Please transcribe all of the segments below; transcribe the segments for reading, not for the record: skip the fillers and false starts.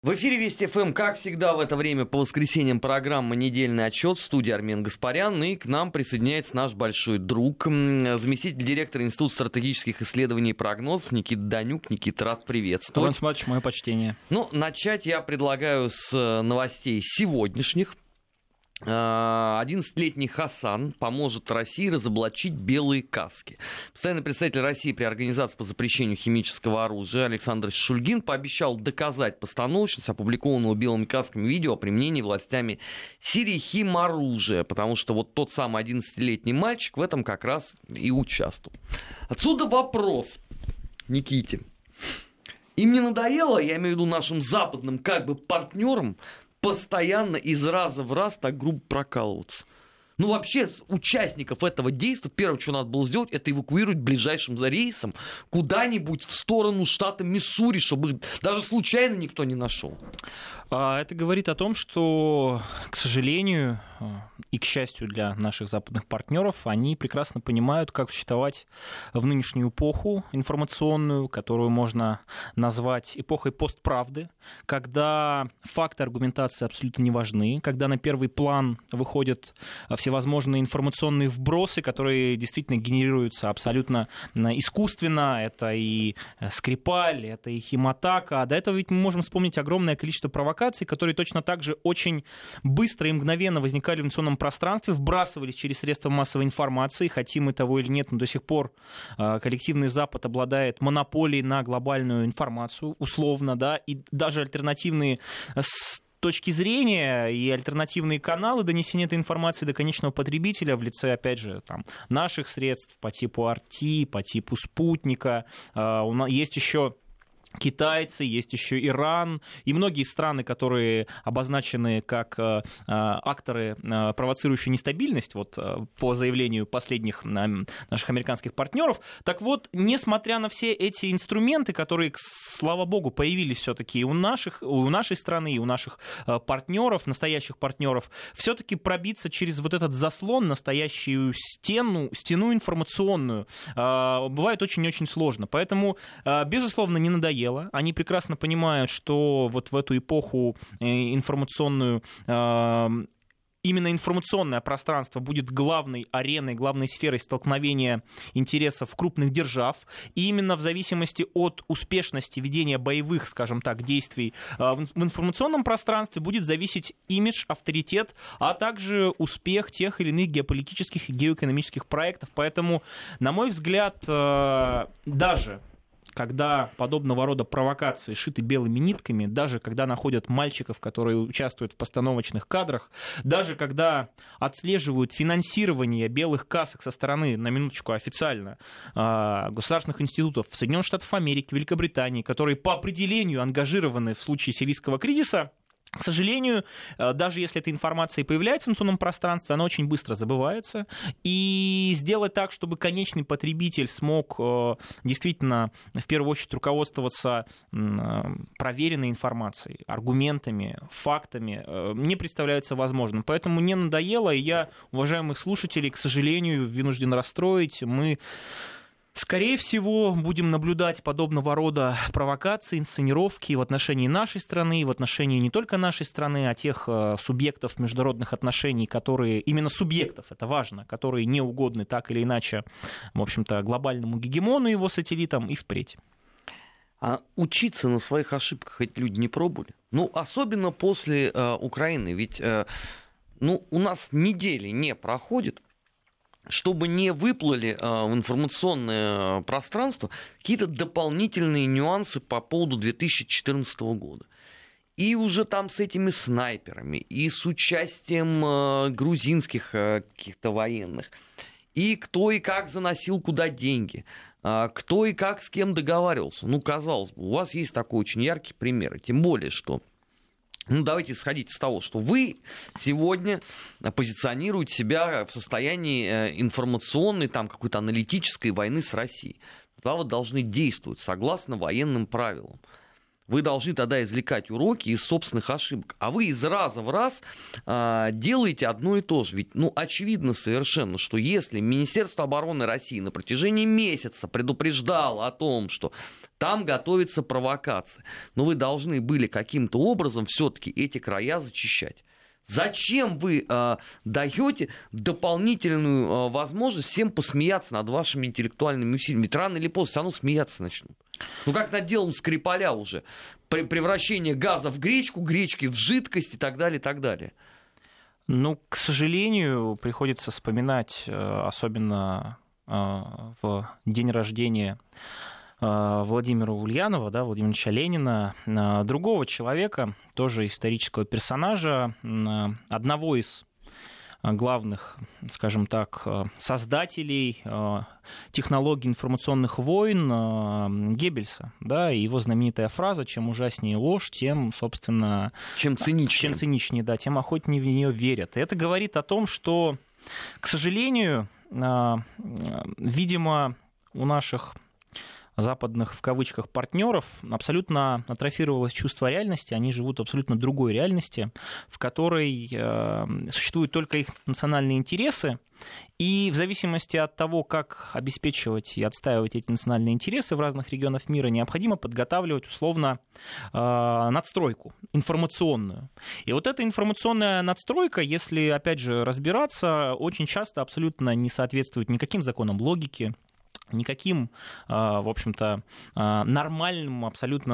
В эфире Вести ФМ, как всегда в это время по воскресеньям программа «Недельный отчет», в студии Армен Гаспарян, и к нам присоединяется наш большой друг, заместитель директора Института стратегических исследований и прогнозов Никита Данюк. Никита, рад приветствовать. Иван Сматович, мое почтение. Начать я предлагаю с новостей сегодняшних. 11-летний Хасан поможет России разоблачить белые каски. Постоянный представитель России при Организации по запрещению химического оружия Александр Шульгин пообещал доказать постановочность опубликованного белыми касками видео о применении властями Сирии химоружия, потому что вот тот самый 11-летний мальчик в этом как раз и участвовал. Отсюда вопрос Никите. Им не надоело, я имею в виду нашим западным партнерам, постоянно из раза в раз так грубо прокалываться? Вообще, участников этого действия, первое, что надо было сделать, это эвакуировать ближайшим рейсом куда-нибудь в сторону штата Миссури, чтобы их даже случайно никто не нашел. Это говорит о том, что, к сожалению, и к счастью для наших западных партнеров, они прекрасно понимают, как существовать в нынешнюю эпоху информационную, которую можно назвать эпохой постправды, когда факты аргументации абсолютно не важны, когда на первый план выходят всевозможные информационные вбросы, которые действительно генерируются абсолютно искусственно. Это и Скрипаль, это и Химатака. До этого ведь мы можем вспомнить огромное количество провокаций, которые точно так же очень быстро и мгновенно возникали в информационном пространстве, вбрасывались через средства массовой информации, хотим мы того или нет, но до сих пор коллективный Запад обладает монополией на глобальную информацию, условно, да, и даже альтернативные точки зрения и альтернативные каналы донесения этой информации до конечного потребителя в лице, опять же, наших средств по типу RT, по типу спутника. Есть еще китайцы, есть еще Иран и многие страны, которые обозначены как акторы, провоцирующие нестабильность, по заявлению последних наших американских партнеров. Так вот, несмотря на все эти инструменты, которые, слава богу, появились все-таки и у нашей страны, и у наших партнеров, настоящих партнеров, все-таки пробиться через вот этот заслон, настоящую стену информационную, бывает очень-очень сложно. Поэтому, безусловно, не надоело. Они прекрасно понимают, что вот в эту эпоху информационную, именно информационное пространство будет главной ареной, главной сферой столкновения интересов крупных держав. И именно в зависимости от успешности ведения боевых, скажем так, действий в информационном пространстве будет зависеть имидж, авторитет, а также успех тех или иных геополитических и геоэкономических проектов. Поэтому, на мой взгляд, даже когда подобного рода провокации шиты белыми нитками, даже когда находят мальчиков, которые участвуют в постановочных кадрах, даже когда отслеживают финансирование белых касок со стороны, на минуточку официально, государственных институтов Соединенных Штатов Америки, Великобритании, которые по определению ангажированы в случае сирийского кризиса, к сожалению, даже если эта информация и появляется в информационном пространстве, она очень быстро забывается. И сделать так, чтобы конечный потребитель смог действительно в первую очередь руководствоваться проверенной информацией, аргументами, фактами, не представляется возможным. Поэтому не надоело, и я уважаемых слушателей, к сожалению, вынужден расстроить. Мы, скорее всего, будем наблюдать подобного рода провокации, инсценировки в отношении нашей страны, в отношении не только нашей страны, а тех субъектов международных отношений, которые, именно субъектов, это важно, которые не угодны так или иначе, в общем-то, глобальному гегемону, его сателлитам и впредь. А учиться на своих ошибках эти люди не пробовали? Особенно после Украины, ведь у нас недели не проходит, чтобы не выплыли в информационное пространство какие-то дополнительные нюансы по поводу 2014 года. И уже там с этими снайперами, и с участием грузинских каких-то военных, и кто и как заносил куда деньги, кто и как с кем договаривался. Казалось бы, у вас есть такой очень яркий пример, тем более, что давайте исходить из того, что вы сегодня позиционируете себя в состоянии информационной, какой-то аналитической войны с Россией. Тогда вы должны действовать согласно военным правилам. Вы должны тогда извлекать уроки из собственных ошибок. А вы из раза в раз делаете одно и то же. Ведь, очевидно совершенно, что если Министерство обороны России на протяжении месяца предупреждало о том, что там готовится провокация, но вы должны были каким-то образом все-таки эти края зачищать. Зачем вы даете дополнительную возможность всем посмеяться над вашими интеллектуальными усилиями? Ведь рано или поздно все равно смеяться начнут. Как над делом Скрипаля уже. Превращение газа в гречку, гречки в жидкость и так далее, и так далее. К сожалению, приходится вспоминать, особенно в день рождения Владимира Ульянова, Владимира Ильича Ленина, другого человека, тоже исторического персонажа, одного из главных, скажем так, создателей технологий информационных войн Геббельса, и его знаменитая фраза: чем ужаснее ложь, тем, собственно... Чем циничнее, тем охотнее в нее верят. И это говорит о том, что, к сожалению, видимо, у наших западных, в кавычках, партнеров абсолютно атрофировалось чувство реальности, они живут в абсолютно другой реальности, в которой существуют только их национальные интересы, и в зависимости от того, как обеспечивать и отстаивать эти национальные интересы в разных регионах мира, необходимо подготавливать условно надстройку информационную. И вот эта информационная надстройка, если, опять же, разбираться, очень часто абсолютно не соответствует никаким законам логики, никаким, в общем-то, нормальным абсолютно,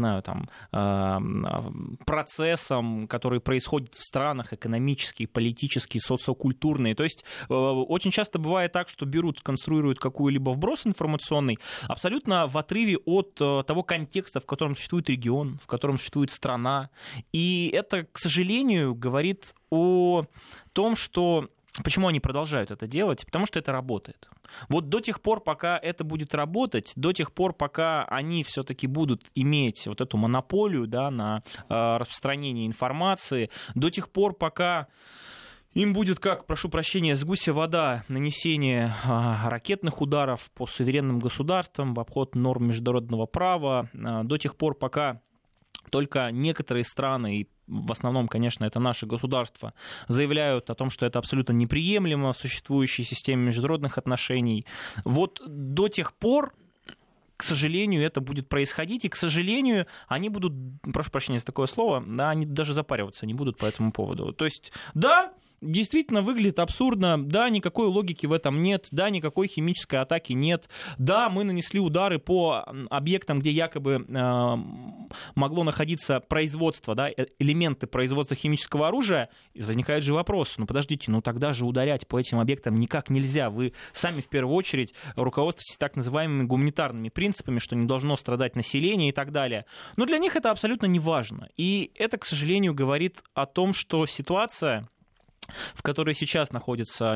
процессам, которые происходят в странах экономические, политические, социокультурные. То есть очень часто бывает так, что берут, конструируют какой-либо вброс информационный абсолютно в отрыве от того контекста, в котором существует регион, в котором существует страна. И это, к сожалению, говорит о том, что... Почему они продолжают это делать? Потому что это работает. Вот до тех пор, пока это будет работать, до тех пор, пока они все-таки будут иметь вот эту монополию на распространение информации, до тех пор, пока им будет, как, прошу прощения, с гуся вода, нанесение ракетных ударов по суверенным государствам в обход норм международного права, до тех пор, пока только некоторые страны, и в основном, конечно, это наши государства, заявляют о том, что это абсолютно неприемлемо в существующей системе международных отношений. Вот до тех пор, к сожалению, это будет происходить, и, к сожалению, они будут, прошу прощения за такое слово, они даже запариваться не будут по этому поводу. То есть, действительно выглядит абсурдно, никакой логики в этом нет, никакой химической атаки нет, мы нанесли удары по объектам, где якобы могло находиться производство, элементы производства химического оружия, и возникает же вопрос, подождите, тогда же ударять по этим объектам никак нельзя, вы сами в первую очередь руководствуетесь так называемыми гуманитарными принципами, что не должно страдать население и так далее. Но для них это абсолютно не важно, и это, к сожалению, говорит о том, что ситуация, в которой сейчас находится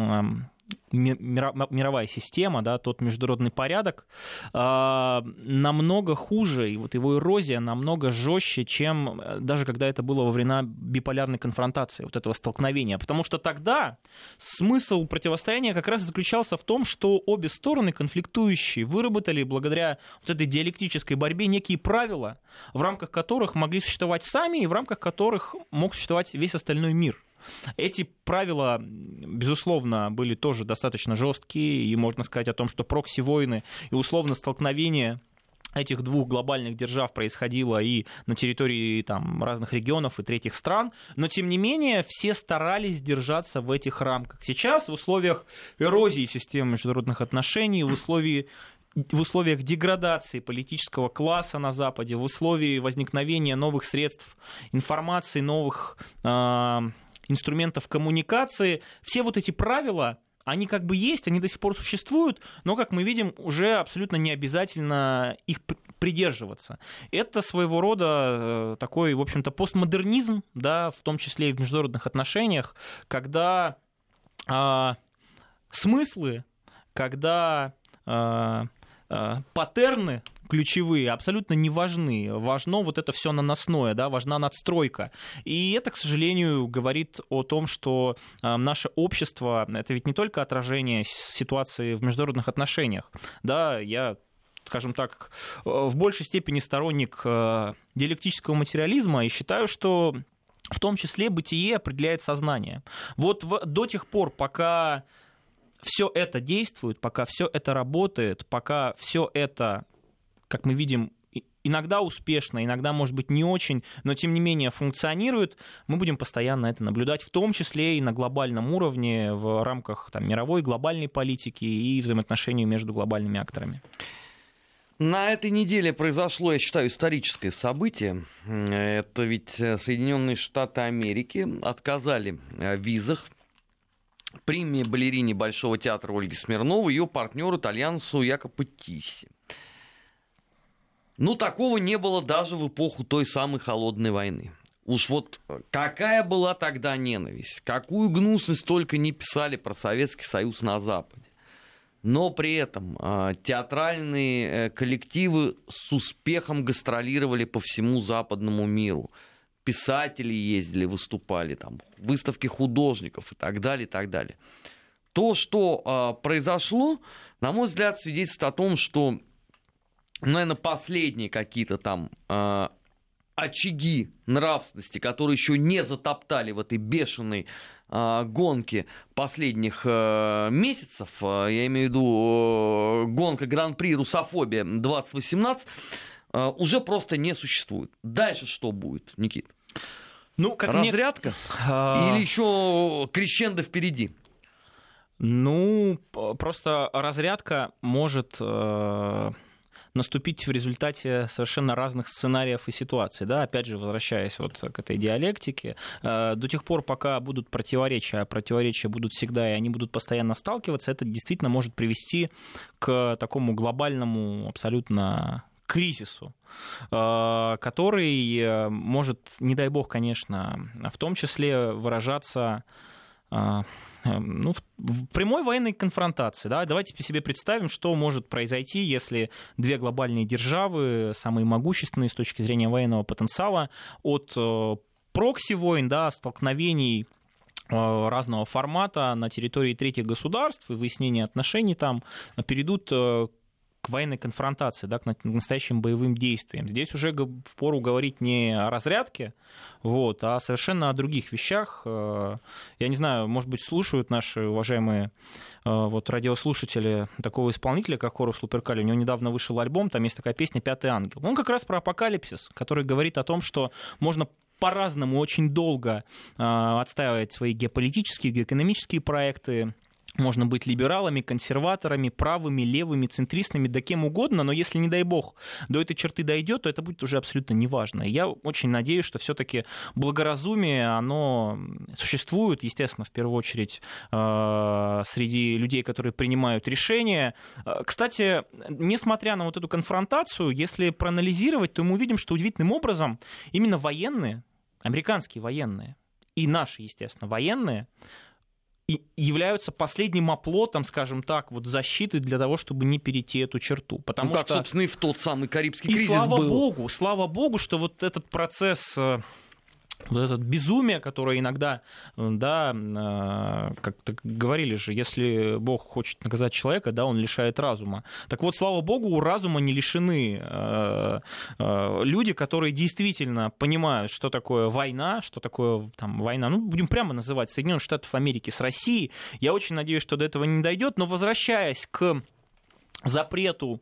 мировая система, тот международный порядок, намного хуже, и вот его эрозия намного жестче, чем даже когда это было во времена биполярной конфронтации, вот этого столкновения. Потому что тогда смысл противостояния как раз заключался в том, что обе стороны конфликтующие выработали благодаря вот этой диалектической борьбе некие правила, в рамках которых могли существовать сами и в рамках которых мог существовать весь остальной мир. Эти правила, безусловно, были тоже достаточно жесткие, и можно сказать о том, что прокси-войны и условно столкновения этих двух глобальных держав происходило и на территории разных регионов и третьих стран, но тем не менее все старались держаться в этих рамках. Сейчас в условиях эрозии системы международных отношений, в условиях деградации политического класса на Западе, в условиях возникновения новых средств информации, новых инструментов коммуникации, все вот эти правила, они как бы есть, они до сих пор существуют, но, как мы видим, уже абсолютно не обязательно их придерживаться. Это своего рода такой, в общем-то, постмодернизм, в том числе и в международных отношениях, когда смыслы, когда паттерны ключевые абсолютно не важны. Важно вот это все наносное, важна надстройка. И это, к сожалению, говорит о том, что наше общество — это ведь не только отражение ситуации в международных отношениях. Я скажем так, в большей степени сторонник диалектического материализма и считаю, что в том числе бытие определяет сознание. Вот до тех пор, пока все это действует, пока все это работает, пока все это, как мы видим, иногда успешно, иногда, может быть, не очень, но, тем не менее, функционирует, мы будем постоянно это наблюдать, в том числе и на глобальном уровне, в рамках мировой глобальной политики и взаимоотношений между глобальными акторами. На этой неделе произошло, я считаю, историческое событие. Это ведь Соединенные Штаты Америки отказали в визах приме балерине Большого театра Ольги Смирновой и ее партнеру итальянцу Якопо Тисси. Ну, такого не было даже в эпоху той самой холодной войны. Уж вот какая была тогда ненависть, какую гнусность только не писали про Советский Союз на Западе. Но при этом театральные коллективы с успехом гастролировали по всему западному миру. Писатели ездили, выступали, там, выставки художников и так далее, и так далее. То, что произошло, на мой взгляд, свидетельствует о том, что, наверное, последние какие-то там очаги нравственности, которые еще не затоптали в этой бешеной гонке последних месяцев, я имею в виду гонка Гран-при Русофобия 2018, уже просто не существует. Дальше что будет, Никит? Ну, как разрядка? Или еще крещендо впереди? Ну, просто разрядка может наступить в результате совершенно разных сценариев и ситуаций. Да? Опять же, возвращаясь вот к этой диалектике, до тех пор, пока будут противоречия, а противоречия будут всегда, и они будут постоянно сталкиваться, это действительно может привести к такому глобальному абсолютно кризису, который может, не дай бог, конечно, в том числе выражаться в прямой военной конфронтации. Да? Давайте себе представим, что может произойти, если две глобальные державы, самые могущественные с точки зрения военного потенциала, от прокси-войн, да, столкновений разного формата на территории третьих государств и выяснения отношений там перейдут к военной конфронтации, да, к настоящим боевым действиям. Здесь уже впору говорить не о разрядке, вот, а совершенно о других вещах. Я не знаю, может быть, слушают наши уважаемые вот, радиослушатели такого исполнителя, как Хорус Луперкали. У него недавно вышел альбом, там есть такая песня «Пятый ангел». Он как раз про апокалипсис, который говорит о том, что можно по-разному очень долго отстаивать свои геополитические, геоэкономические проекты. Можно быть либералами, консерваторами, правыми, левыми, центристами, да кем угодно, но если, не дай бог, до этой черты дойдет, то это будет уже абсолютно неважно. Я очень надеюсь, что все-таки благоразумие, оно существует, естественно, в первую очередь среди людей, которые принимают решения. Кстати, несмотря на вот эту конфронтацию, если проанализировать, то мы увидим, что удивительным образом именно военные, американские военные и наши, естественно, военные, и являются последним оплотом, скажем так, вот защиты для того, чтобы не перейти эту черту. Потому как, что... собственно, и в тот самый Карибский кризис был. Слава Богу, что вот этот процесс, вот это безумие, которое иногда, да, как-то говорили же, если Бог хочет наказать человека, да, он лишает разума. Так вот, слава Богу, у разума не лишены люди, которые действительно понимают, что такое война, что такое там, война, ну, будем прямо называть, Соединенных Штатов Америки с Россией. Я очень надеюсь, что до этого не дойдет, но возвращаясь к запрету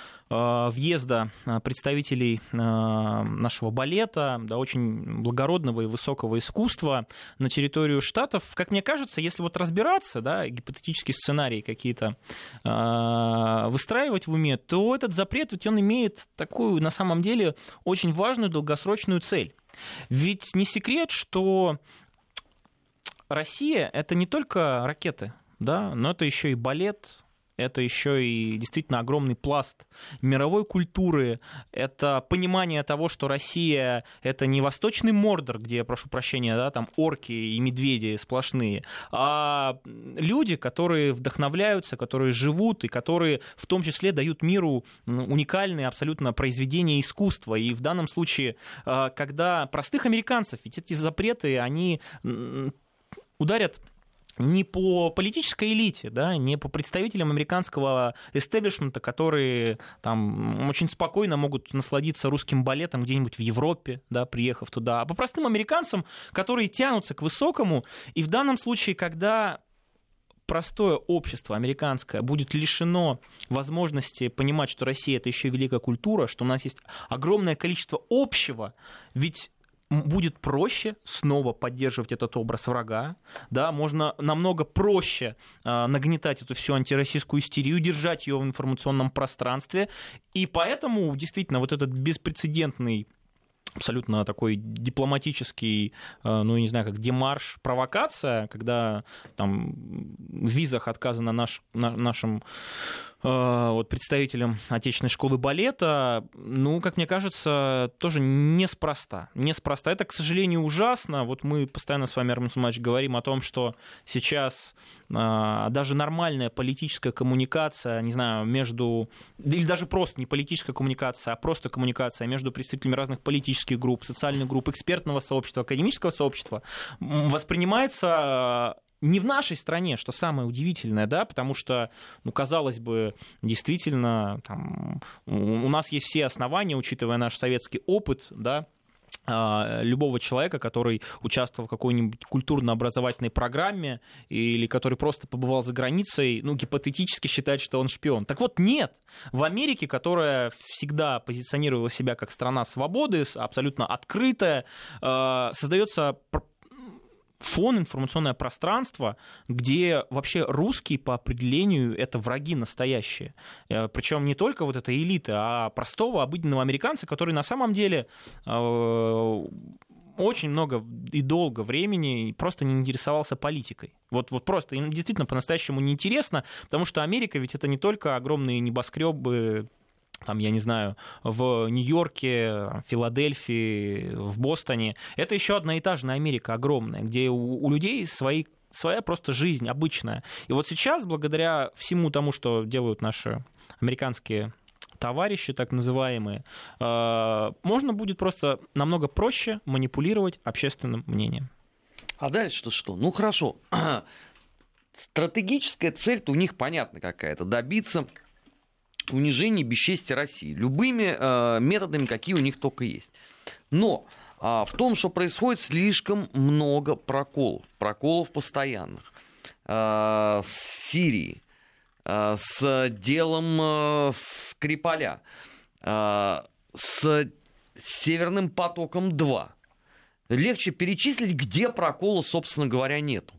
въезда представителей нашего балета, да, очень благородного и высокого искусства на территорию Штатов. Как мне кажется, если вот разбираться, да, гипотетические сценарии какие-то выстраивать в уме, то этот запрет, ведь он имеет такую, на самом деле, очень важную долгосрочную цель. Ведь не секрет, что Россия — это не только ракеты, да, но это еще и балет, это еще и действительно огромный пласт мировой культуры, это понимание того, что Россия — это не восточный Мордор, где, прошу прощения, да, там орки и медведи сплошные, а люди, которые вдохновляются, которые живут и которые в том числе дают миру уникальные абсолютно произведения искусства. И в данном случае, когда простых американцев, ведь эти запреты, они ударят не по политической элите, да, не по представителям американского эстеблишмента, которые там очень спокойно могут насладиться русским балетом где-нибудь в Европе, да, приехав туда, а по простым американцам, которые тянутся к высокому. И в данном случае, когда простое общество американское будет лишено возможности понимать, что Россия — это еще великая культура, что у нас есть огромное количество общего, ведь будет проще снова поддерживать этот образ врага, да, можно намного проще нагнетать эту всю антироссийскую истерию, держать ее в информационном пространстве, и поэтому действительно вот этот беспрецедентный, абсолютно такой дипломатический, ну, не знаю, как демарш, провокация, когда там в визах отказано нашим вот, представителям отечественной школы балета, ну, как мне кажется, тоже неспроста. Неспроста. Это, к сожалению, ужасно. Вот мы постоянно с вами, Армен Сумаевич, говорим о том, что сейчас даже нормальная политическая коммуникация, не знаю, между... Или даже просто не политическая коммуникация, а просто коммуникация между представителями разных политических групп, социальных групп, экспертного сообщества, академического сообщества воспринимается... Не в нашей стране, что самое удивительное, да, потому что, ну, казалось бы, действительно, там, у нас есть все основания, учитывая наш советский опыт, да, любого человека, который участвовал в какой-нибудь культурно-образовательной программе или который просто побывал за границей, ну, гипотетически считать, что он шпион. Так вот, нет. В Америке, которая всегда позиционировала себя как страна свободы, абсолютно открытая, создается фон, информационное пространство, где вообще русские по определению это враги настоящие. Причем не только вот эта элита, а простого, обыденного американца, который на самом деле очень много и долго времени просто не интересовался политикой. Вот просто им действительно по-настоящему неинтересно, потому что Америка ведь это не только огромные небоскребы, там, я не знаю, в Нью-Йорке, Филадельфии, в Бостоне. Это еще одноэтажная Америка огромная, где у людей своя просто жизнь обычная. И вот сейчас, благодаря всему тому, что делают наши американские товарищи, так называемые, можно будет просто намного проще манипулировать общественным мнением. А дальше-то что? Ну, хорошо. Стратегическая цель-то у них понятна какая-то. Добиться унижения и бесчестия России любыми методами, какие у них только есть. Но в том, что происходит слишком много проколов постоянных. С Сирией, с делом Скрипаля, с Северным потоком-2. Легче перечислить, где прокола, собственно говоря, нету.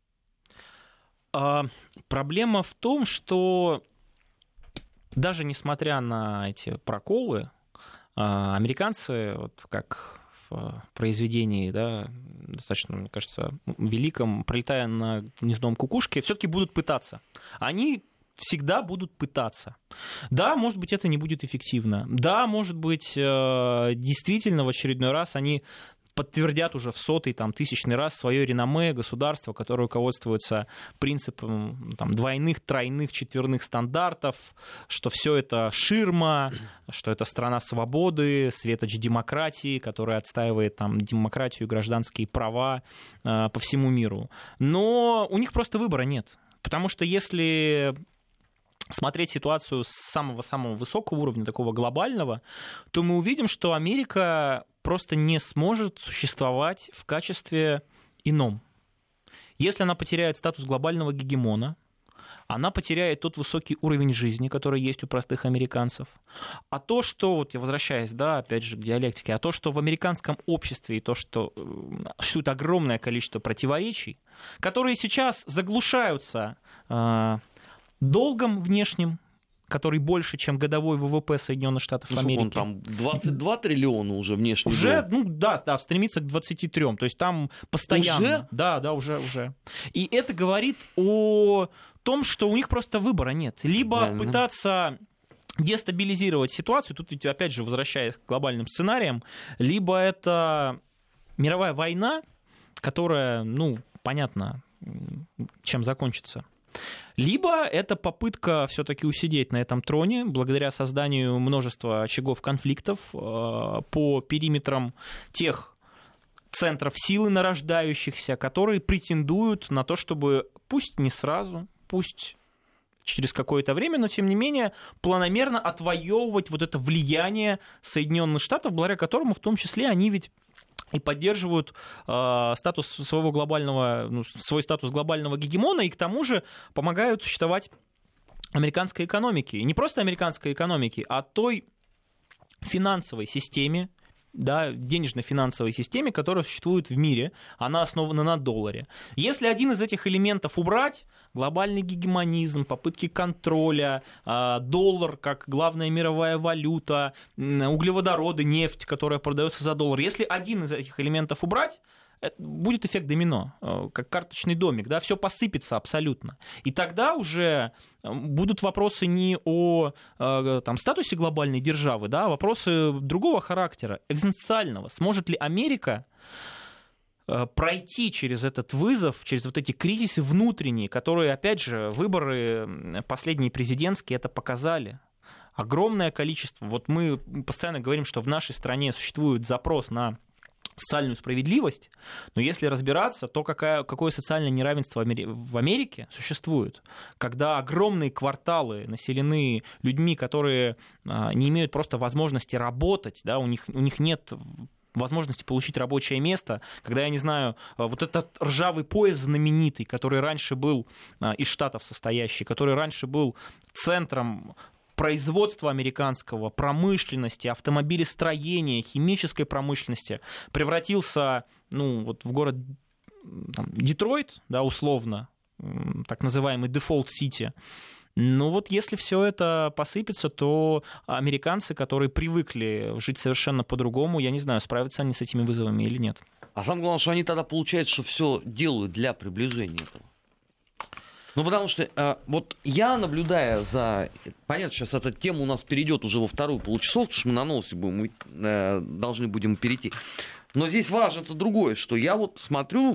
Проблема в том, что даже несмотря на эти проколы, американцы, вот как в произведении, да, достаточно, мне кажется, великом, «Пролетая над гнездом кукушки», все-таки будут пытаться. Они всегда будут пытаться. Да, может быть, это не будет эффективно. Да, может быть, действительно в очередной раз они подтвердят уже в 100-й, там, 1000-й раз свое реноме государства, которое руководствуется принципом там, двойных, тройных, четверных стандартов, что все это ширма, что это страна свободы, светоч демократии, которая отстаивает там, демократию и гражданские права по всему миру. Но у них просто выбора нет. Потому что если смотреть ситуацию с самого-самого высокого уровня, такого глобального, то мы увидим, что Америка просто не сможет существовать в качестве ином. Если она потеряет статус глобального гегемона, она потеряет тот высокий уровень жизни, который есть у простых американцев. А то, что, вот я возвращаюсь, да, опять же, к диалектике, а то, что в американском обществе и то, что существует огромное количество противоречий, которые сейчас заглушаются долгом внешним, который больше, чем годовой ВВП Соединенных Штатов Америки. Он там 22 триллиона уже внешний уже, долг. Ну да, стремится к 23. То есть там постоянно. Уже? Да, уже. И это говорит о том, что у них просто выбора нет. Либо пытаться дестабилизировать ситуацию, тут ведь опять же возвращаясь к глобальным сценариям, либо это мировая война, которая, ну, понятно, чем закончится. Либо это попытка все-таки усидеть на этом троне благодаря созданию множества очагов конфликтов по периметрам тех центров силы нарождающихся, которые претендуют на то, чтобы пусть не сразу, пусть через какое-то время, но тем не менее планомерно отвоевывать вот это влияние Соединенных Штатов, благодаря которому в том числе они ведь и поддерживают статус своего глобального, свой статус глобального гегемона, и к тому же помогают существовать американской экономике. И не просто американской экономике, а той финансовой системе, да, денежно-финансовой системе, которая существует в мире, она основана на долларе. Если один из этих элементов убрать, глобальный гегемонизм, попытки контроля, доллар как главная мировая валюта, углеводороды, нефть, которая продается за доллар, если один из этих элементов убрать, будет эффект домино, как карточный домик, да, все посыпется абсолютно. И тогда уже будут вопросы не о там, статусе глобальной державы, да, а вопросы другого характера, экзистенциального. Сможет ли Америка пройти через этот вызов, через вот эти кризисы внутренние, которые, опять же, выборы последние президентские это показали. Огромное количество. Вот мы постоянно говорим, что в нашей стране существует запрос на социальную справедливость, но если разбираться, то какое социальное неравенство в Америке существует, когда огромные кварталы населены людьми, которые не имеют просто возможности работать, да, у них нет возможности получить рабочее место, когда, я не знаю, вот этот ржавый пояс знаменитый, который раньше был из Штатов состоящий, который раньше был центром производства американского, промышленности, автомобилестроения, химической промышленности, превратился вот в город там, Детройт, да, условно, так называемый дефолт-сити. Вот если все это посыпется, то американцы, которые привыкли жить совершенно по-другому, я не знаю, справятся они с этими вызовами или нет. А самое главное, что они тогда получается, что все делают для приближения этого. Потому что вот я, наблюдая за... Понятно, сейчас эта тема у нас перейдет уже во вторую получасовку, потому что мы на новости должны будем перейти. Но здесь важно-то другое, что я вот смотрю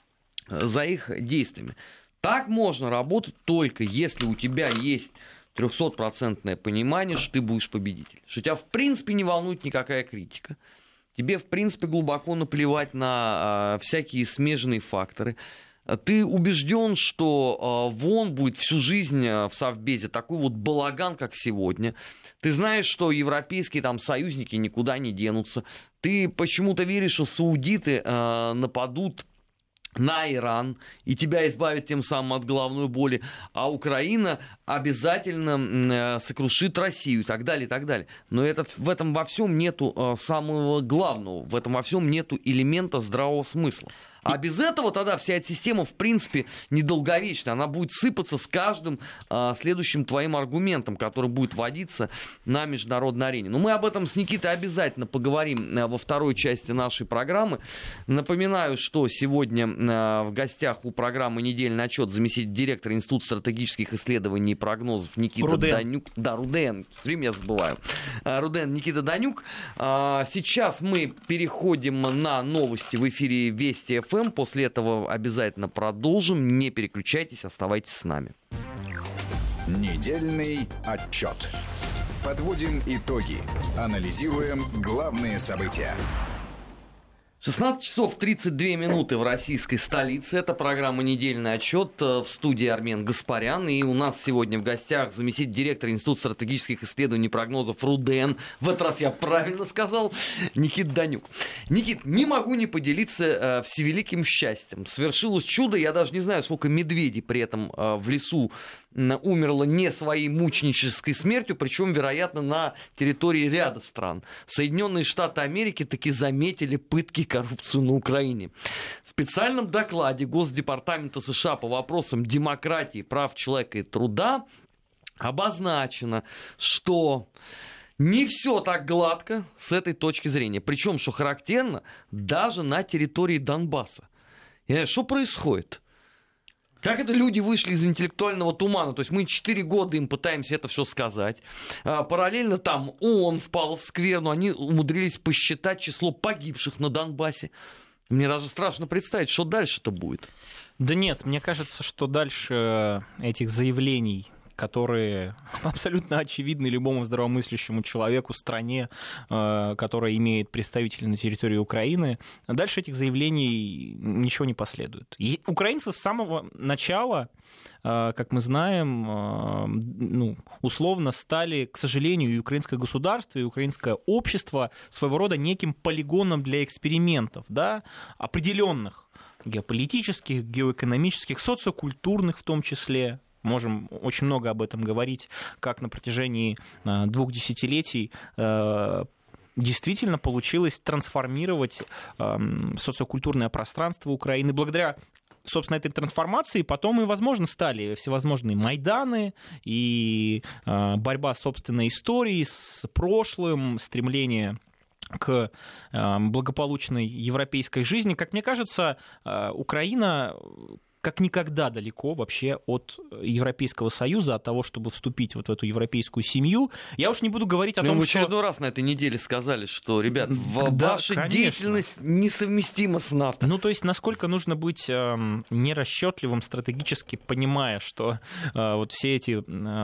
за их действиями. Так можно работать только если у тебя есть 300% понимание, что ты будешь победитель. Что тебя в принципе не волнует никакая критика. Тебе в принципе глубоко наплевать на всякие смежные факторы. Ты убежден, что вон будет всю жизнь в Совбезе такой вот балаган, как сегодня. Ты знаешь, что европейские там союзники никуда не денутся. Ты почему-то веришь, что саудиты нападут на Иран и тебя избавят тем самым от головной боли, а Украина обязательно сокрушит Россию и так далее, и так далее. Но в этом во всем нету самого главного, в этом во всем нету элемента здравого смысла. А без этого тогда вся эта система, в принципе, недолговечна. Она будет сыпаться с каждым следующим твоим аргументом, который будет вводиться на международной арене. Но мы об этом с Никитой обязательно поговорим во второй части нашей программы. Напоминаю, что сегодня в гостях у программы «Недельный отчет» заместитель директора Института стратегических исследований и прогнозов Никита Данюк. Да, Руден, все время я забываю. Руден Никита Данюк. Сейчас мы переходим на новости в эфире Вести ФМ. После этого обязательно продолжим. Не переключайтесь, оставайтесь с нами. Недельный отчет. Подводим итоги. Анализируем главные события. 16 часов 32 минуты в российской столице. Это программа «Недельный отчет», в студии Армен Гаспарян. И у нас сегодня в гостях заместитель директора Института стратегических исследований и прогнозов РУДН. В этот раз я правильно сказал. Никита Данюк. Никит, не могу не поделиться всевеликим счастьем. Свершилось чудо. Я даже не знаю, сколько медведей при этом в лесу умерло не своей мученической смертью, причем, вероятно, на территории ряда стран. Соединенные Штаты Америки таки заметили пытки и коррупцию на Украине. В специальном докладе Госдепартамента США по вопросам демократии, прав человека и труда обозначено, что не все так гладко с этой точки зрения. Причем, что характерно, даже на территории Донбасса. Что происходит? Как это люди вышли из интеллектуального тумана? То есть мы 4 года им пытаемся это все сказать. Параллельно там ООН впал в скверну. Они умудрились посчитать число погибших на Донбассе. Мне даже страшно представить, что дальше-то будет. Да нет, мне кажется, что дальше этих заявлений которые абсолютно очевидны любому здравомыслящему человеку в стране, которая имеет представителей на территории Украины. Дальше этих заявлений ничего не последует. И украинцы с самого начала, как мы знаем, условно стали, к сожалению, и украинское государство, и украинское общество своего рода неким полигоном для экспериментов, да, определенных геополитических, геоэкономических, социокультурных в том числе. Можем очень много об этом говорить, как на протяжении 2 десятилетий действительно получилось трансформировать социокультурное пространство Украины. Благодаря, собственно, этой трансформации потом и, возможно, стали всевозможные Майданы и борьба с собственной историей, с прошлым, стремление к благополучной европейской жизни. Как мне кажется, Украина как никогда далеко вообще от Европейского Союза, от того, чтобы вступить вот в эту европейскую семью. Я уж не буду говорить о том, что... Мы в что... очередной раз на этой неделе сказали, что, ребят, ваша деятельность несовместима с НАТО. Ну, то есть, насколько нужно быть нерасчетливым стратегически, понимая, что вот все эти...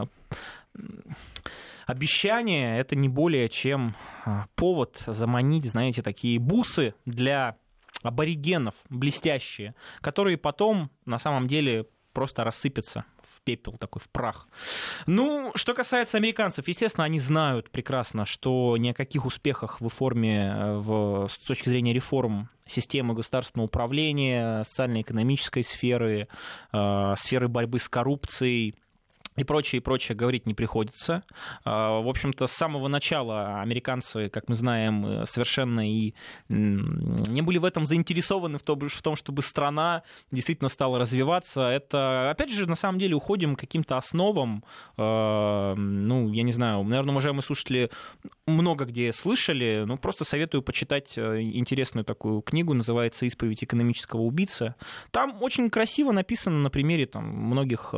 обещания — это не более чем повод заманить, знаете, такие бусы для аборигенов блестящие, которые потом на самом деле просто рассыпятся в пепел, такой в прах. Ну, что касается американцев, естественно, они знают прекрасно, что ни о каких успехах в реформе, с точки зрения реформ системы государственного управления, социально-экономической сферы, сферы борьбы с коррупцией и прочее, говорить не приходится. В общем-то, с самого начала американцы, как мы знаем, совершенно и не были в этом заинтересованы, в том, чтобы страна действительно стала развиваться. Это, опять же, на самом деле уходим к каким-то основам. Ну, я не знаю, наверное, уважаемые слушатели много где слышали, но просто советую почитать интересную такую книгу, называется «Исповедь экономического убийцы». Там очень красиво написано на примере многих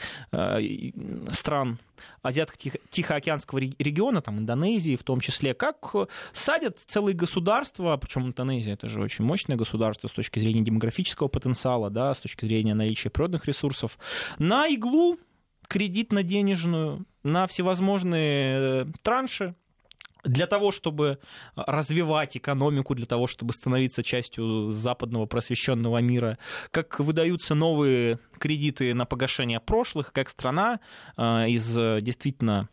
стран Азиатско-Тихоокеанского региона, там, Индонезии в том числе, как садят целые государства, причем Индонезия — это же очень мощное государство с точки зрения демографического потенциала, да, с точки зрения наличия природных ресурсов, на иглу кредитно-денежную, на всевозможные транши, для того, чтобы развивать экономику, для того, чтобы становиться частью западного просвещенного мира, как выдаются новые кредиты на погашение прошлых, как страна из действительно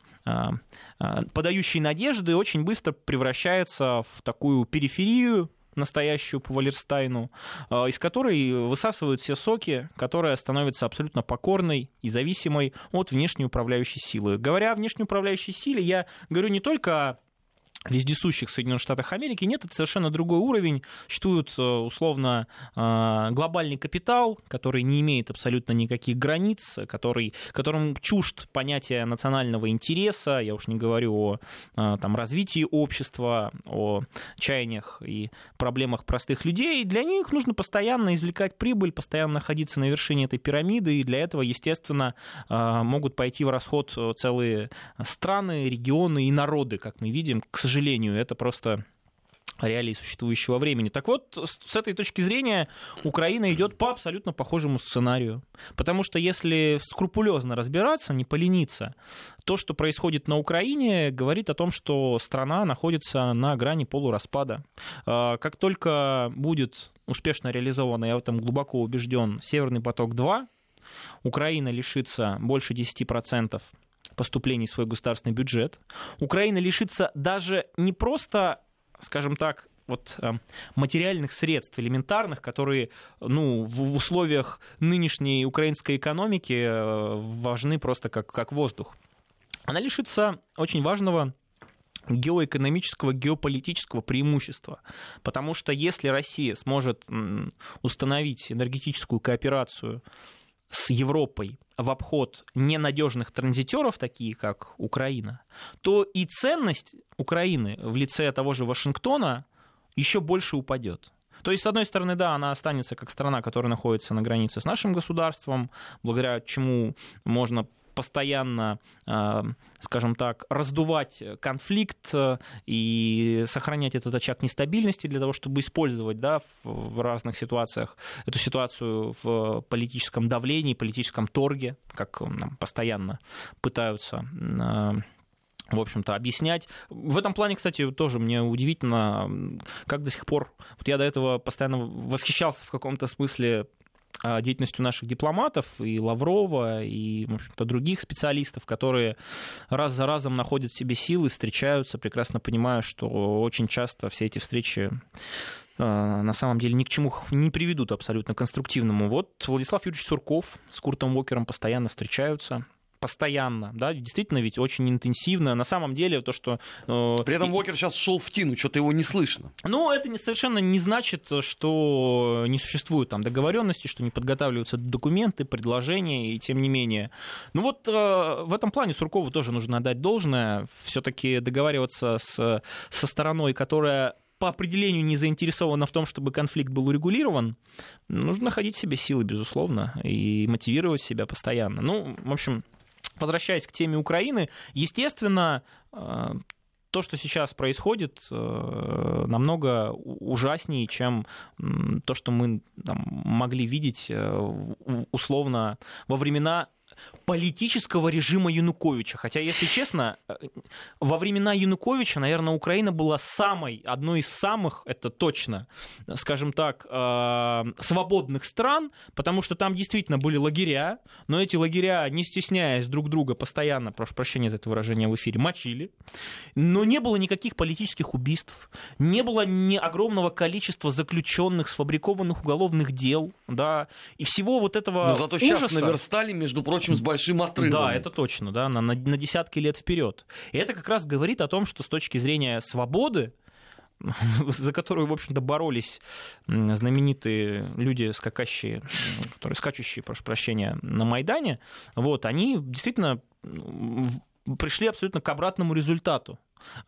подающей надежды очень быстро превращается в такую периферию, настоящую по Валерстайну, из которой высасывают все соки, которая становится абсолютно покорной и зависимой от внешней управляющей силы. Говоря о внешней управляющей силе, я говорю не только о вездесущих Соединенных Штатах Америки. Нет, это совершенно другой уровень. Существует, условно, глобальный капитал, который не имеет абсолютно никаких границ, которым чужд понятие национального интереса. Я уж не говорю о развитии общества, о чаяниях и проблемах простых людей. Для них нужно постоянно извлекать прибыль, постоянно находиться на вершине этой пирамиды, и для этого, естественно, могут пойти в расход целые страны, регионы и народы, как мы видим. К сожалению, это просто реалии существующего времени. Так вот, с этой точки зрения Украина идет по абсолютно похожему сценарию. Потому что если скрупулезно разбираться, не полениться, то, что происходит на Украине, говорит о том, что страна находится на грани полураспада. Как только будет успешно реализован, я в этом глубоко убежден, «Северный поток-2», Украина лишится больше 10% поступлений в свой государственный бюджет. Украина лишится даже не просто, скажем так, материальных средств элементарных, которые в условиях нынешней украинской экономики важны просто как воздух. Она лишится очень важного геоэкономического, геополитического преимущества. Потому что если Россия сможет установить энергетическую кооперацию с Европой в обход ненадежных транзитеров, такие как Украина, то и ценность Украины в лице того же Вашингтона еще больше упадет. То есть, с одной стороны, да, она останется как страна, которая находится на границе с нашим государством, благодаря чему можно постоянно, скажем так, раздувать конфликт и сохранять этот очаг нестабильности для того, чтобы использовать, да, в разных ситуациях эту ситуацию в политическом давлении, политическом торге, как нам постоянно пытаются, в общем-то, объяснять. В этом плане, кстати, тоже мне удивительно, как до сих пор... Вот я до этого постоянно восхищался в каком-то смысле деятельностью наших дипломатов, и Лаврова, и, в общем-то, других специалистов, которые раз за разом находят в себе силы, встречаются, прекрасно понимая, что очень часто все эти встречи на самом деле ни к чему не приведут абсолютно конструктивному. Вот Владислав Юрьевич Сурков с Куртом Уокером постоянно встречаются. Постоянно, да, действительно ведь очень интенсивно. На самом деле то, что... При этом Уокер сейчас шел в тину, что-то его не слышно. Ну, это совершенно не значит, что не существует там договоренности, что не подготавливаются документы, предложения, и тем не менее. Ну вот в этом плане Суркову тоже нужно отдать должное. Все-таки договариваться со стороной, которая по определению не заинтересована в том, чтобы конфликт был урегулирован, нужно находить в себе силы, безусловно, и мотивировать себя постоянно. Ну, в общем... Возвращаясь к теме Украины, естественно, то, что сейчас происходит, намного ужаснее, чем то, что мы там могли видеть условно во времена политического режима Януковича. Хотя, если честно, во времена Януковича, наверное, Украина была одной из самых, это точно, скажем так, свободных стран, потому что там действительно были лагеря, но эти лагеря, не стесняясь друг друга, постоянно, прошу прощения за это выражение в эфире, мочили. Но не было никаких политических убийств, не было ни огромного количества заключенных, сфабрикованных уголовных дел, да, и всего вот этого ужаса. Но зато сейчас наверстали, между прочим, с большим отрывом. Да, это точно, да, на десятки лет вперед. И это как раз говорит о том, что с точки зрения свободы, за которую, в общем-то, боролись знаменитые люди, скачущие, прошу прощения, на Майдане, вот, они действительно пришли абсолютно к обратному результату.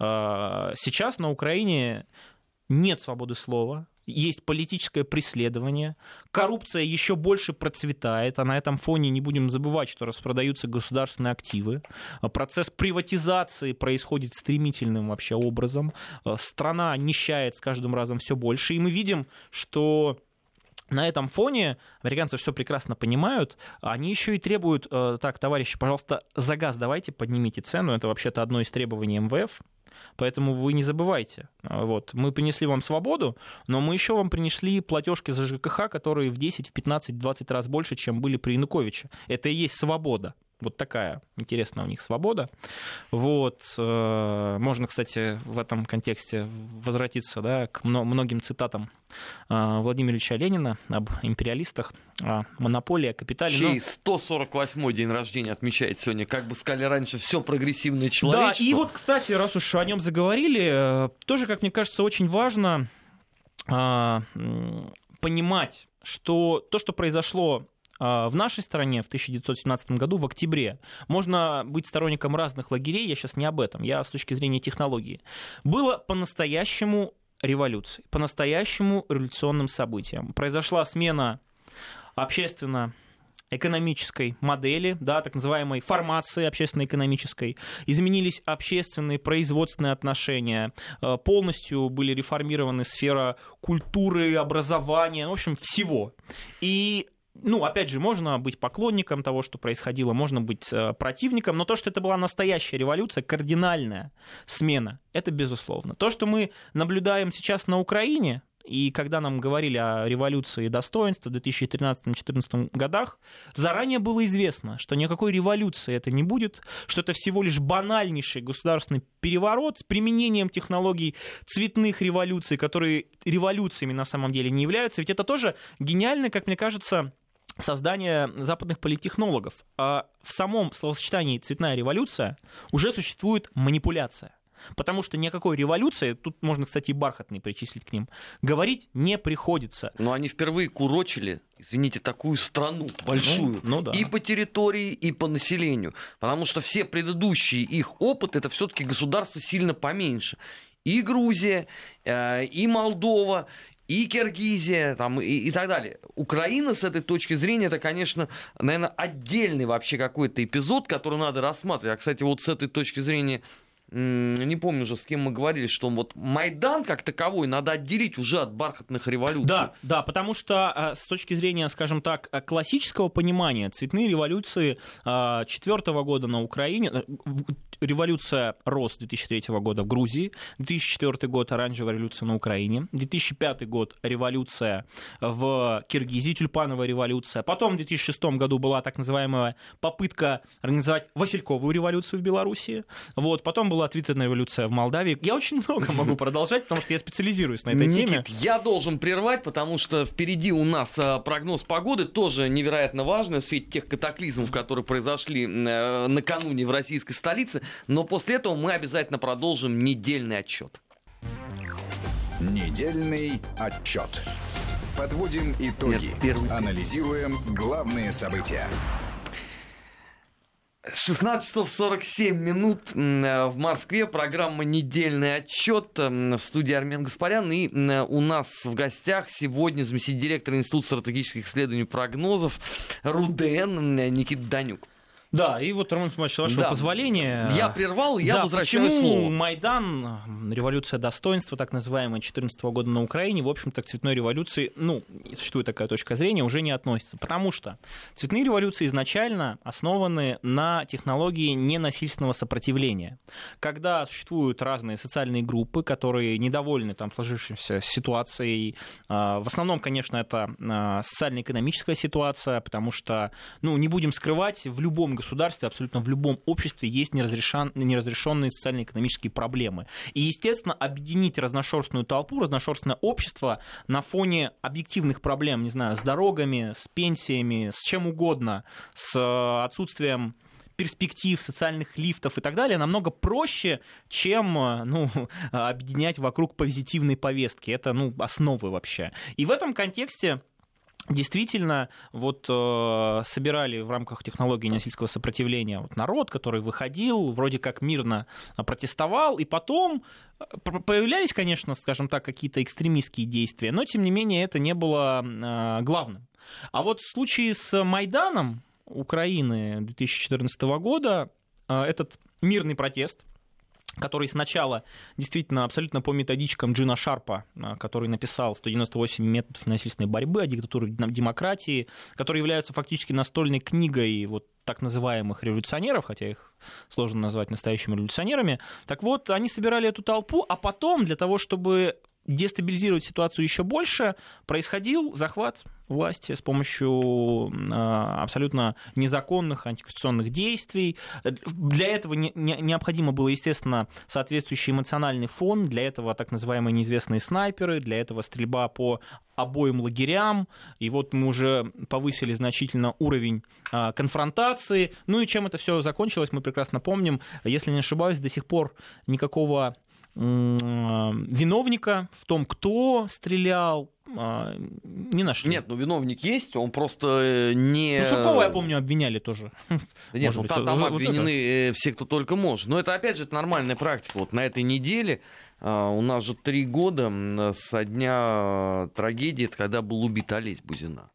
Сейчас на Украине нет свободы слова, есть политическое преследование, коррупция еще больше процветает, а на этом фоне не будем забывать, что распродаются государственные активы, процесс приватизации происходит стремительным вообще образом, страна нищает с каждым разом все больше, и мы видим, что на этом фоне американцы все прекрасно понимают, они еще и требуют, так, товарищи, пожалуйста, за газ давайте поднимите цену, это вообще-то одно из требований МВФ, поэтому вы не забывайте, вот, мы принесли вам свободу, но мы еще вам принесли платежки за ЖКХ, которые в 10, в 15, в 20 раз больше, чем были при Януковиче. Это и есть свобода. Вот такая интересная у них свобода. Вот. Можно, кстати, в этом контексте возвратиться, да, к многим цитатам Владимира Ильича Ленина об империалистах, о монополии, о капитале. Чей 148-й день рождения отмечает сегодня, как бы сказали раньше, все прогрессивное человечество. Да, и вот, кстати, раз уж о нем заговорили, тоже, как мне кажется, очень важно понимать, что то, что произошло в нашей стране в 1917 году, в октябре, можно быть сторонником разных лагерей, я сейчас не об этом, я с точки зрения технологии, было по-настоящему революцией, по-настоящему революционным событием. Произошла смена общественно-экономической модели, да, так называемой формации общественно-экономической, изменились общественные, производственные отношения, полностью были реформированы сфера культуры, образования, в общем, всего. И опять же, можно быть поклонником того, что происходило, можно быть противником, но то, что это была настоящая революция, кардинальная смена, это безусловно. То, что мы наблюдаем сейчас на Украине, и когда нам говорили о революции достоинства в 2013-2014 годах, заранее было известно, что никакой революции это не будет, что это всего лишь банальнейший государственный переворот с применением технологий цветных революций, которые революциями на самом деле не являются. Ведь это тоже гениально, как мне кажется, создание западных политтехнологов. А в самом словосочетании «цветная революция» уже существует манипуляция. Потому что ни о какой революции, тут можно, кстати, и бархатный причислить к ним, говорить не приходится. Но они впервые курочили, извините, такую страну большую, да. И по территории, и по населению. Потому что все предыдущие их опыт, это все-таки государство сильно поменьше. И Грузия, и Молдова, и Киргизия, там, и так далее. Украина с этой точки зрения, это, конечно, наверное, отдельный вообще какой-то эпизод, который надо рассматривать. А, кстати, вот с этой точки зрения, не помню уже, с кем мы говорили, что вот Майдан как таковой надо отделить уже от бархатных революций. Да, потому что с точки зрения, скажем так, классического понимания, цветные революции 2004 года на Украине, революция РОС 2003 года в Грузии, 2004 год оранжевая революция на Украине, 2005 год революция в Киргизии, тюльпановая революция, потом в 2006 году была так называемая попытка организовать Васильковую революцию в Белоруссии, вот, потом была Твиттерная революция в Молдавии. Я очень много могу продолжать, потому что я специализируюсь на этой теме. Никит, я должен прервать, потому что впереди у нас прогноз погоды, тоже невероятно важный в свете тех катаклизмов, которые произошли накануне в российской столице. Но после этого мы обязательно продолжим недельный отчет. Недельный отчет. Подводим итоги. Анализируем главные события. 16 часов 47 минут в Москве. Программа «Недельный отчет». В студии Армен Гаспарян. И у нас в гостях сегодня заместитель директора Института стратегических исследований и прогнозов РУДН Никита Данюк. Да, и вот, Роман Смачевич, с вашего позволения... Я прервал, я возвращаю слово. Почему Майдан, революция достоинства, так называемая, 2014 года на Украине, в общем-то, к цветной революции, существует такая точка зрения, уже не относится. Потому что цветные революции изначально основаны на технологии ненасильственного сопротивления. Когда существуют разные социальные группы, которые недовольны там сложившейся ситуацией, в основном, конечно, это социально-экономическая ситуация, потому что, не будем скрывать, в любом государстве, абсолютно в любом обществе есть неразрешенные социально-экономические проблемы. И, естественно, объединить разношерстную толпу, разношерстное общество на фоне объективных проблем, не знаю, с дорогами, с пенсиями, с чем угодно, с отсутствием перспектив, социальных лифтов и так далее, намного проще, чем объединять вокруг позитивной повестки. Это основы вообще. И в этом контексте действительно, собирали в рамках технологии ненасильственного сопротивления народ, который выходил, вроде как мирно протестовал, и потом появлялись, конечно, скажем так, какие-то экстремистские действия, но, тем не менее, это не было главным. А вот в случае с Майданом Украины 2014 года этот мирный протест, который сначала действительно абсолютно по методичкам Джина Шарпа, который написал 198 методов насильственной борьбы, о диктатуре демократии, которые являются фактически настольной книгой так называемых революционеров, хотя их сложно назвать настоящими революционерами. Так вот, они собирали эту толпу, а потом для того, чтобы дестабилизировать ситуацию еще больше, происходил захват власти с помощью абсолютно незаконных антиконституционных действий. Для этого необходимо было, естественно, соответствующий эмоциональный фон, для этого так называемые неизвестные снайперы, для этого стрельба по обоим лагерям, и мы уже повысили значительно уровень конфронтации. И чем это все закончилось, мы прекрасно помним. Если не ошибаюсь, до сих пор никакого виновника в том, кто стрелял, не нашли. Нет, виновник есть, он просто не... Суркова, я помню, обвиняли тоже. Нет, там обвинены все, кто только может. Но это, опять же, это нормальная практика. На этой неделе у нас же 3 года со дня трагедии, это когда был убит Олесь Бузина.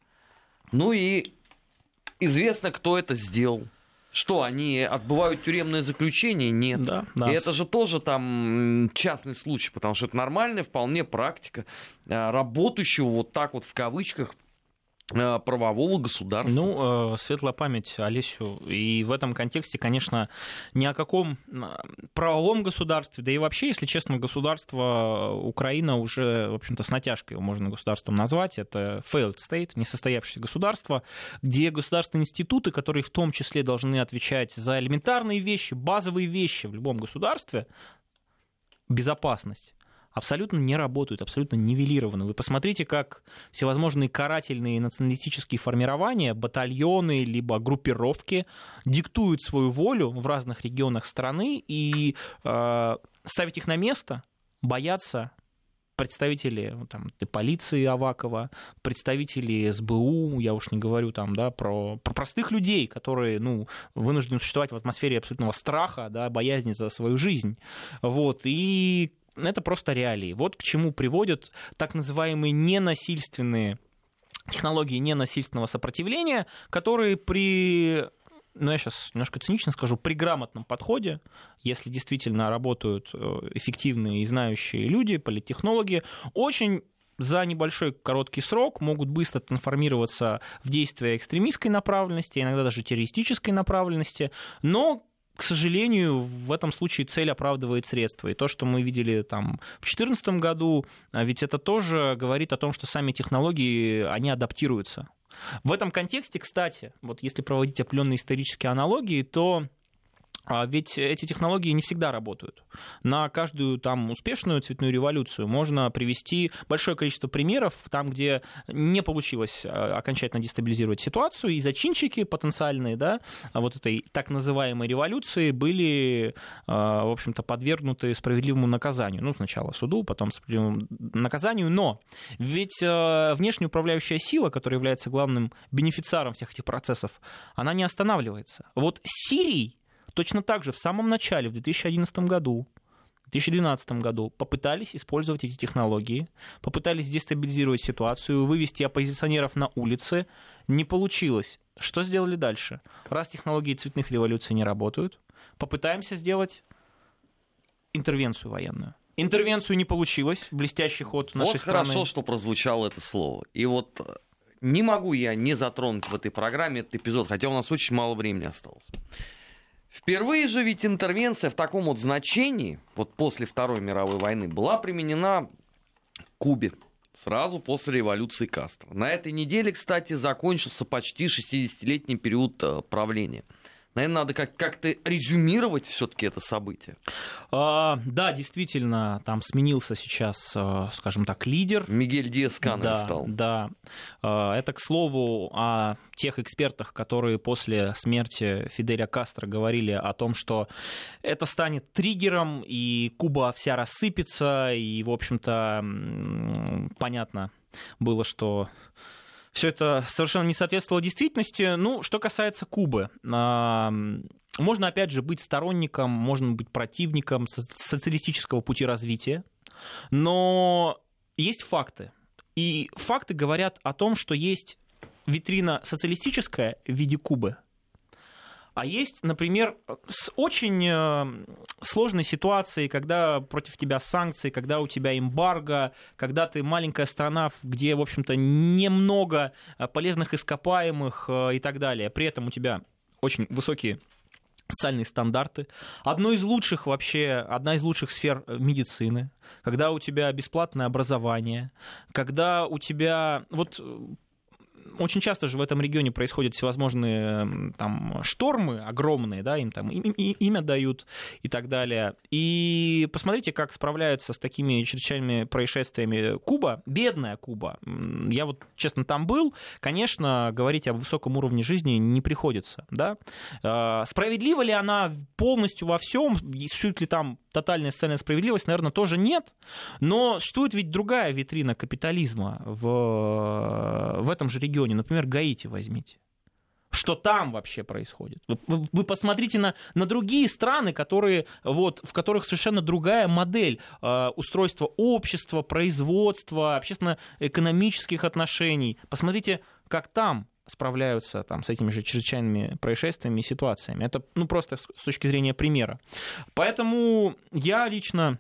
И известно, кто это сделал. Что, они отбывают тюремное заключение? Нет. Да. И это же тоже там частный случай, потому что это нормальная вполне практика работающего так в кавычках правового государства. Светлая память Олесю. И в этом контексте, конечно, ни о каком правовом государстве, да и вообще, если честно, государство Украина уже, в общем-то, с натяжкой его можно государством назвать. Это failed state, несостоявшееся государство, где государственные институты, которые в том числе должны отвечать за элементарные вещи, базовые вещи в любом государстве, безопасность, абсолютно не работают, абсолютно нивелированы. Вы посмотрите, как всевозможные карательные националистические формирования, батальоны, либо группировки диктуют свою волю в разных регионах страны, и ставить их на место боятся представители полиции Авакова, представители СБУ, я уж не говорю про простых людей, которые вынуждены существовать в атмосфере абсолютного страха, боязни за свою жизнь. И это просто реалии. Вот к чему приводят так называемые ненасильственные технологии ненасильственного сопротивления, которые при, я сейчас немножко цинично скажу, при грамотном подходе, если действительно работают эффективные и знающие люди, политтехнологи, очень за небольшой короткий срок могут быстро трансформироваться в действия экстремистской направленности, иногда даже террористической направленности, но, к сожалению, в этом случае цель оправдывает средства. И то, что мы видели там в 2014 году, ведь это тоже говорит о том, что сами технологии, они адаптируются. В этом контексте, кстати, вот если проводить определенные исторические аналогии, то ведь эти технологии не всегда работают. На каждую там успешную цветную революцию можно привести большое количество примеров, там, где не получилось окончательно дестабилизировать ситуацию, и зачинщики потенциальные, да, вот этой так называемой революции были, в общем-то, подвергнуты справедливому наказанию. Ну, сначала суду, потом справедливому наказанию, но ведь внешняя управляющая сила, которая является главным бенефициаром всех этих процессов, она не останавливается. Вот Сирии точно так же в самом начале, в 2011 году, в 2012 году попытались использовать эти технологии, попытались дестабилизировать ситуацию, вывести оппозиционеров на улицы. Не получилось. Что сделали дальше? Раз технологии цветных революций не работают, попытаемся сделать интервенцию военную. Интервенцию не получилось, блестящий ход нашей страны. Вот хорошо, что прозвучало это слово. И вот не могу я не затронуть в этой программе этот эпизод, хотя у нас очень мало времени осталось. Впервые же ведь интервенция в таком вот значении, вот после Второй мировой войны, была применена Кубе сразу после революции Кастро. На этой неделе, кстати, закончился почти 60-летний период правления. Наверное, надо как-то резюмировать все-таки это событие. Да, действительно, там сменился сейчас, скажем так, лидер. Мигель Диас-Канель стал. Да. Это, к слову, о тех экспертах, которые после смерти Фиделя Кастро говорили о том, что это станет триггером, и Куба вся рассыпется, и, в общем-то, понятно было, что все это совершенно не соответствовало действительности. Ну, что касается Кубы, можно, опять же, быть сторонником, можно быть противником социалистического пути развития, но есть факты. И факты говорят о том, что есть витрина социалистическая в виде Кубы, а есть, например, с очень сложной ситуацией, когда против тебя санкции, когда у тебя эмбарго, когда ты маленькая страна, где, в общем-то, немного полезных ископаемых и так далее. При этом у тебя очень высокие социальные стандарты. Одна из лучших сфер медицины, когда у тебя бесплатное образование, когда у тебя... Очень часто же в этом регионе происходят всевозможные там штормы огромные, да, им там имя дают и так далее. И посмотрите, как справляются с такими чрезвычайными происшествиями Куба, бедная Куба. Я вот, честно, там был. Конечно, говорить о высоком уровне жизни не приходится, да. Справедлива ли она полностью во всем? Существует ли там тотальная социальная справедливость? Наверное, тоже нет. Но существует ведь другая витрина капитализма в этом же регионе. Например, Гаити возьмите. Что там вообще происходит? Вы посмотрите на другие страны, в которых совершенно другая модель устройства общества, производства, общественно-экономических отношений. Посмотрите, как там справляются с этими же чрезвычайными происшествиями и ситуациями. Это просто с точки зрения примера. Поэтому я лично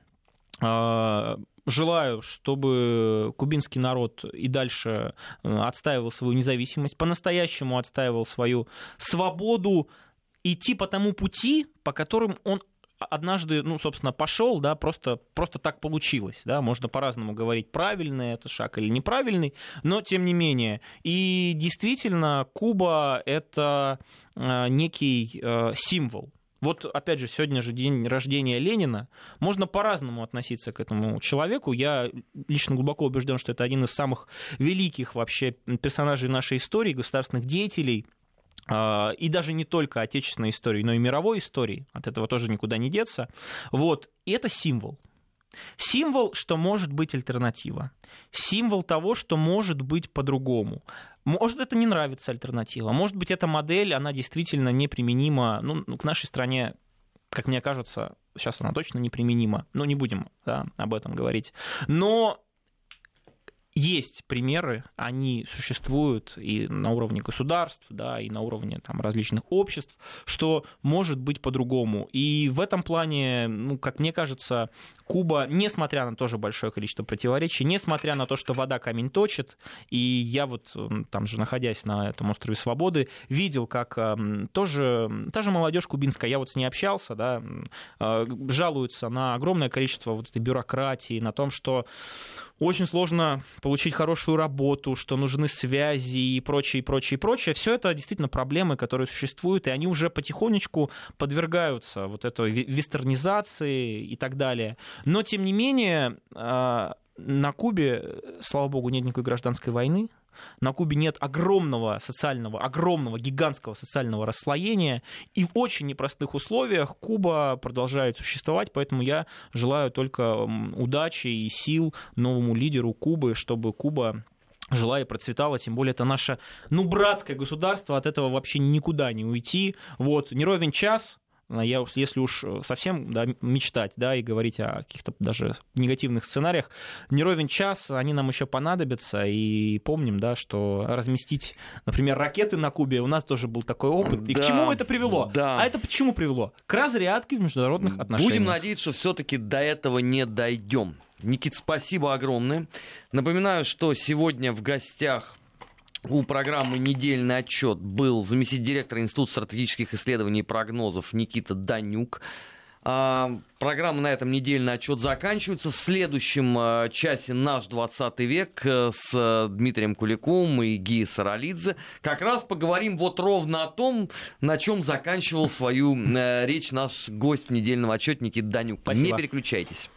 желаю, чтобы кубинский народ и дальше отстаивал свою независимость, по-настоящему отстаивал свою свободу идти по тому пути, по которым он однажды, собственно, пошел, да, просто так получилось, да, можно по-разному говорить, правильный это шаг или неправильный, но тем не менее. И действительно, Куба — это некий символ. Вот, опять же, сегодня же день рождения Ленина. Можно по-разному относиться к этому человеку. Я лично глубоко убежден, что это один из самых великих вообще персонажей нашей истории, государственных деятелей. И даже не только отечественной истории, но и мировой истории. От этого тоже никуда не деться. И это символ. Символ, что может быть альтернатива. Символ того, что может быть по-другому. Может, это не нравится альтернатива. Может быть, эта модель, она действительно неприменима к нашей стране, как мне кажется, сейчас она точно неприменима, но не будем, да, об этом говорить. Но есть примеры, они существуют и на уровне государств, да, и на уровне там, различных обществ, что может быть по-другому. И в этом плане, ну, как мне кажется, Куба, несмотря на тоже большое количество противоречий, несмотря на то, что вода камень точит, и я вот там же, находясь на этом острове Свободы, видел, как тоже та же молодежь кубинская, я вот с ней общался, да, жалуются на огромное количество вот этой бюрократии, на том, что очень сложно получить хорошую работу, что нужны связи и прочее, прочее, прочее. Все это действительно проблемы, которые существуют, и они уже потихонечку подвергаются вот этой вестернизации и так далее. Но, тем не менее, на Кубе, слава богу, нет никакой гражданской войны. На Кубе нет огромного, гигантского социального расслоения, и в очень непростых условиях Куба продолжает существовать, поэтому я желаю только удачи и сил новому лидеру Кубы, чтобы Куба жила и процветала, тем более это наше, братское государство, от этого вообще никуда не уйти. Вот, не ровен час. Если уж совсем мечтать, да, и говорить о каких-то даже негативных сценариях, не ровен час, они нам еще понадобятся, и помним, да, что разместить, например, ракеты на Кубе, у нас тоже был такой опыт, и к чему это привело? Да. А это почему привело? К разрядке в международных отношениях. Будем надеяться, что все-таки до этого не дойдем. Никит, спасибо огромное. Напоминаю, что сегодня в гостях у программы «Недельный отчет» был заместитель директора Института стратегических исследований и прогнозов Никита Данюк. Программа на этом «Недельный отчет» заканчивается. В следующем часе «Наш 20 век» с Дмитрием Куликовым и Гией Саралидзе. Как раз поговорим вот ровно о том, на чем заканчивал свою речь наш гость в «Недельном отчете» Никита Данюк. Спасибо. Не переключайтесь.